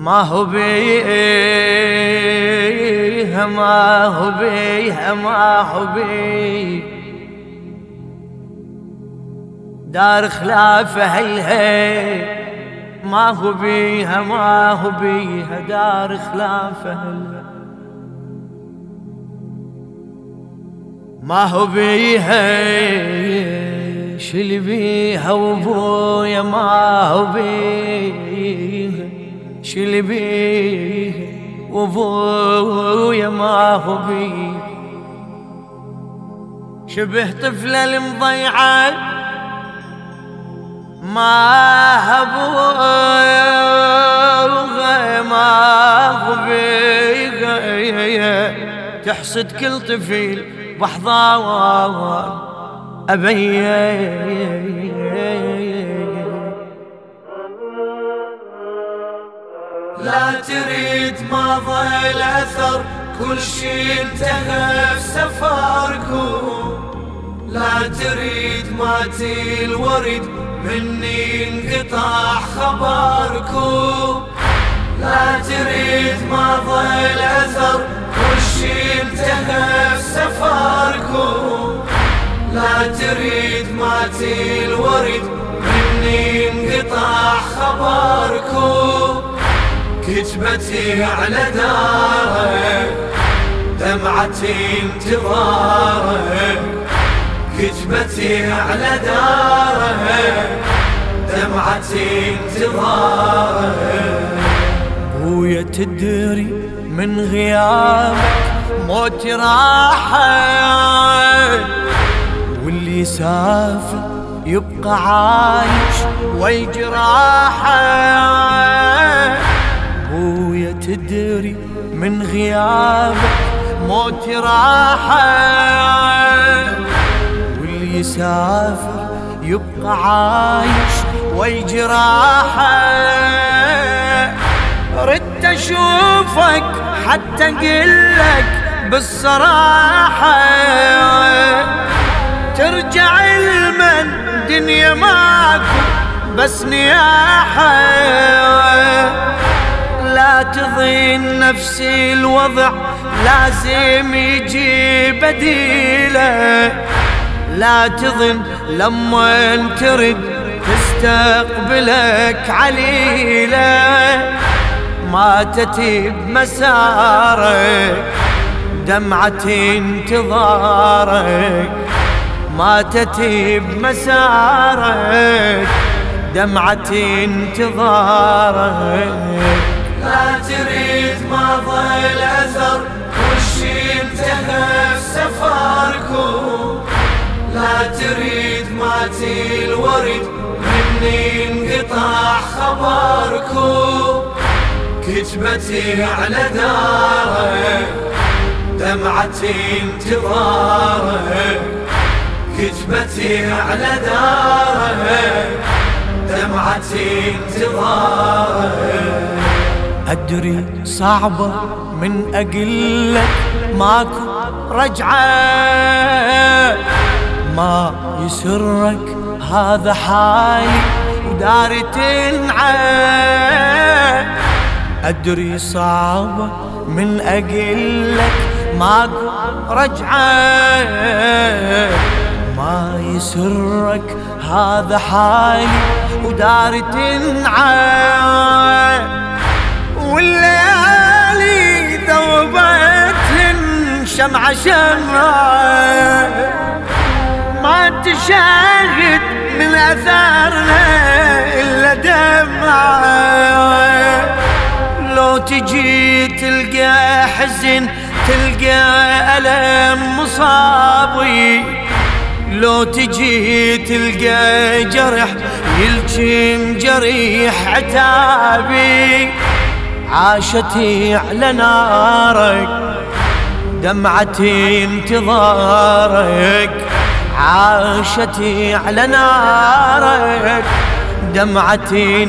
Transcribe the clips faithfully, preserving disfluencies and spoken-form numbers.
ما هو بيها ما هو بيها ما هو بيها دار خلاف أهلها ما هو بيها ما هو بيها دار خلاف أهلها ما هو بيها شل بيها وابويا ما هو بيها شل بيها وابويا ما هو بيها شبه طفلة المضيعة ما هبوها ما هو بيها تحسد كل طفل بحضان أبي لا تريد ما ظل أثر كل شي انتهى في سفركم لا تريد ماتي الورد مني انقطع خبركم لا تريد ما ظل أثر كل شي انتهى في سفركم لا تريد ماتي الورد مني انقطع خبركم كتبتي على دارك دمعتي انتظارك كتبتي على دارك دمعتي انتظارك بويا تدري من غيابك موتي راحة واللي يسافر يبقى عايش والجراحة بويا تدري من غيابك موتي راحة واللي يسافر يبقى عايش والجراحة ردت اشوفك حتى اقلك بالصراحة ترجع المن دنيا ماكو بس نياحة لا تظن نفسي الوضع لازم يجي بديله لا تظن لما ترد تستقبلك عليله ماتت بمسارك دمعة انتظارك ماتت بمسارك دمعة انتظارك لا تريد ما ظل أثر كل شي انتهى في سفركم لا تريد ماتي الورد مني انقطع خبركم كتبتي على دارك دمعتي انتظارك كتبتي على دارك دمعتي انتظارك أدري صعبة من أقلك ماكو رجعة ما يسرك هذا حالي وداري تنعى أدري صعبة من أقلك ماكو رجعة ما يسرك هذا حالي وداري تنعى والليالي ذوبتهن شمعة شمعة ما تشاهد من أثارنا إلا دمعة لو تجي تلقى حزن تلقى ألم مصابي لو تجي تلقى جرح يلجم جريح عتابي عاشتي على نارك دمعتي انتظارك عاشتي على نارك دمعتي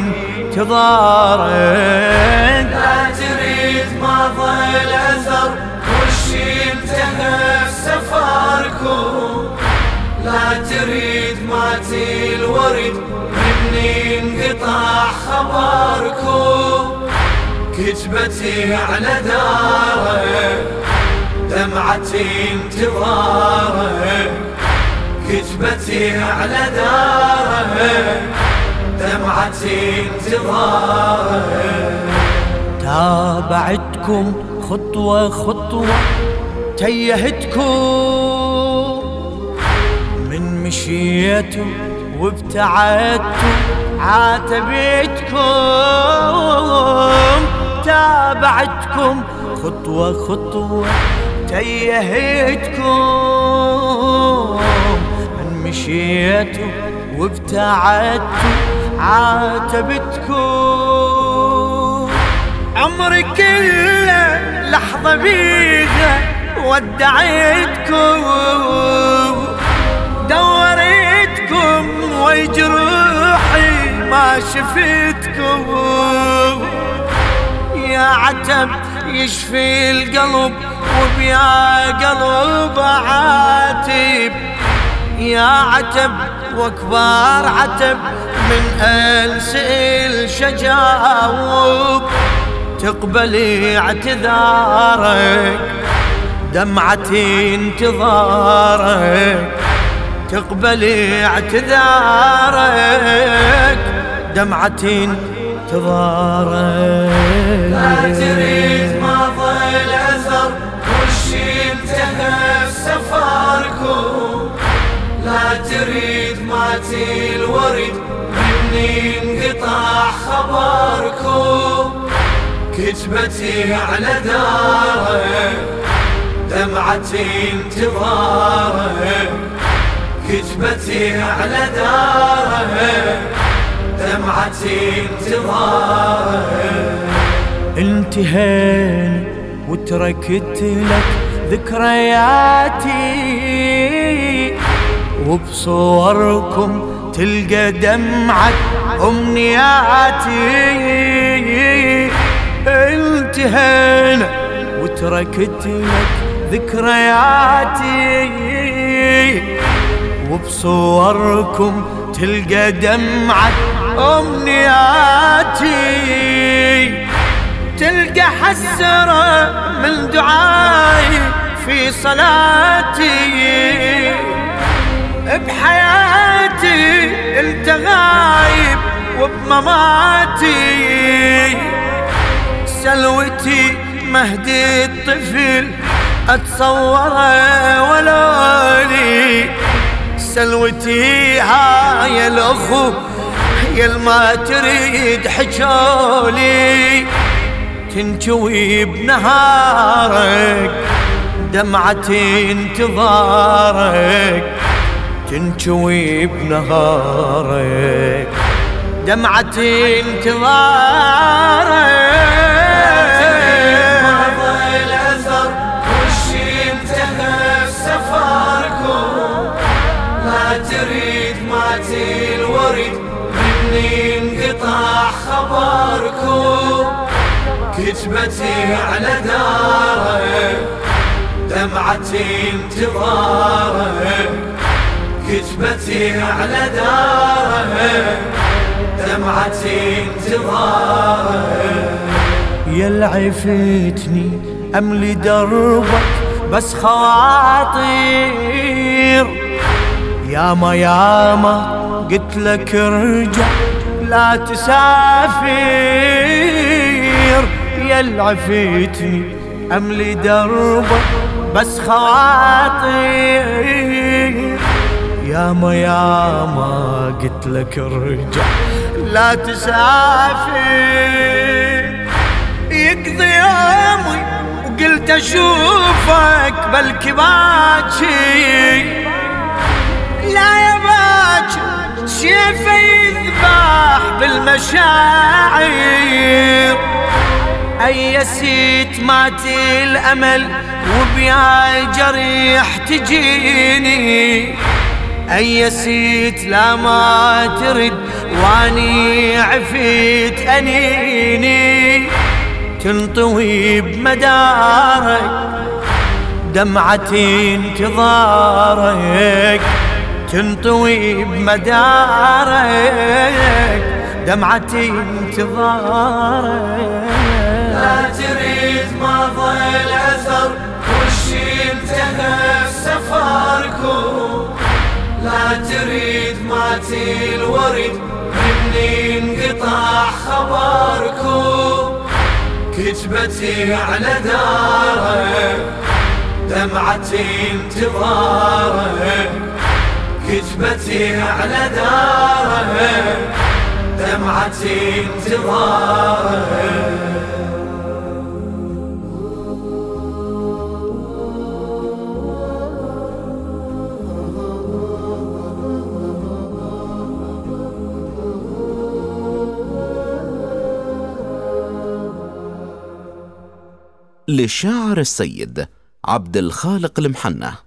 انتظارك لا تريد ما ظل أثر كل شي انتهى في سفركم لا تريد ماتي الورد مني انقطع خبركم كتبتي على دارك دمعتي انتظارك كتبتي على دارك دمعتي انتظارك تابعتكم خطوة خطوة تيهتكم من مشيتوا وابتعدتوا عاتبتكم تابعتكم خطوة خطوة تيهتكم من مشيتوا وابتعدتوا عاتبتكم عمري كله لحظة بيها ودعتكم دورتكم وجروحي ما شفتكم يا عتب يشفي القلب وبيا قلب عاتب يا عتب وكبار عتب من أنسئل شجاوب تقبلي اعتذارك دمعتي انتظارك تقبلي اعتذارك دمعتي انتظارك لا تريد ما ظل أثر وشي انتهى سفركم لا تريد ماتي الورد مني انقطع خبركم كتبتي على دارك دمعتي انتظارك كتبتي على دارك دمعتي انتظارك انتهينا وتركت لك ذكرياتي وبصوركم تلقى دمعة أمنياتي انتهينا وتركت لك ذكرياتي وبصوركم تلقى دمعة أمنياتي تلقى حسرة من دعائي في صلاتي بحياتي انت غايب وبمماتي سلوتي مهدي الطفل اتصوره ولولي سلوتي هاي الاخو يا ما تريد حجولي تنجوي بنهارك دمعتي انتظارك تنجوي بنهارك دمعتي انتظارك تريد ماتي الورد مني انقطع خبركم كتبتي على دارك دمعتي انتظارك كتبتي على دارك دمعتي انتظارك يا العفتني أملي دربك بس خواطير ياما ياما قلت لك ارجع لا تسافر يا العفتني أملي دربك بس خواطير ياما ياما قلت لك ارجع لا تسافر يقضي يومي وقلت اشوفك بلكي باكي لا يا باكر سيفه يذبح بالمشاعر أيسيت ماتي الأمل وبيا جريح تجيني أيسيت لا ما ترد واني عفيت أنيني تنطوي بمدارك دمعتي انتظارك تنطوي بمدارك دمعتي انتظارك ظل أثر كل شي انتهى بسفركم. لا تريد ماتي الورد مني انقطع خبركم. كتبتي على دارك دمعتي انتظارك. كتبتي على دارك دمعتي انتظارك. للشاعر السيد عبد الخالق المحنة.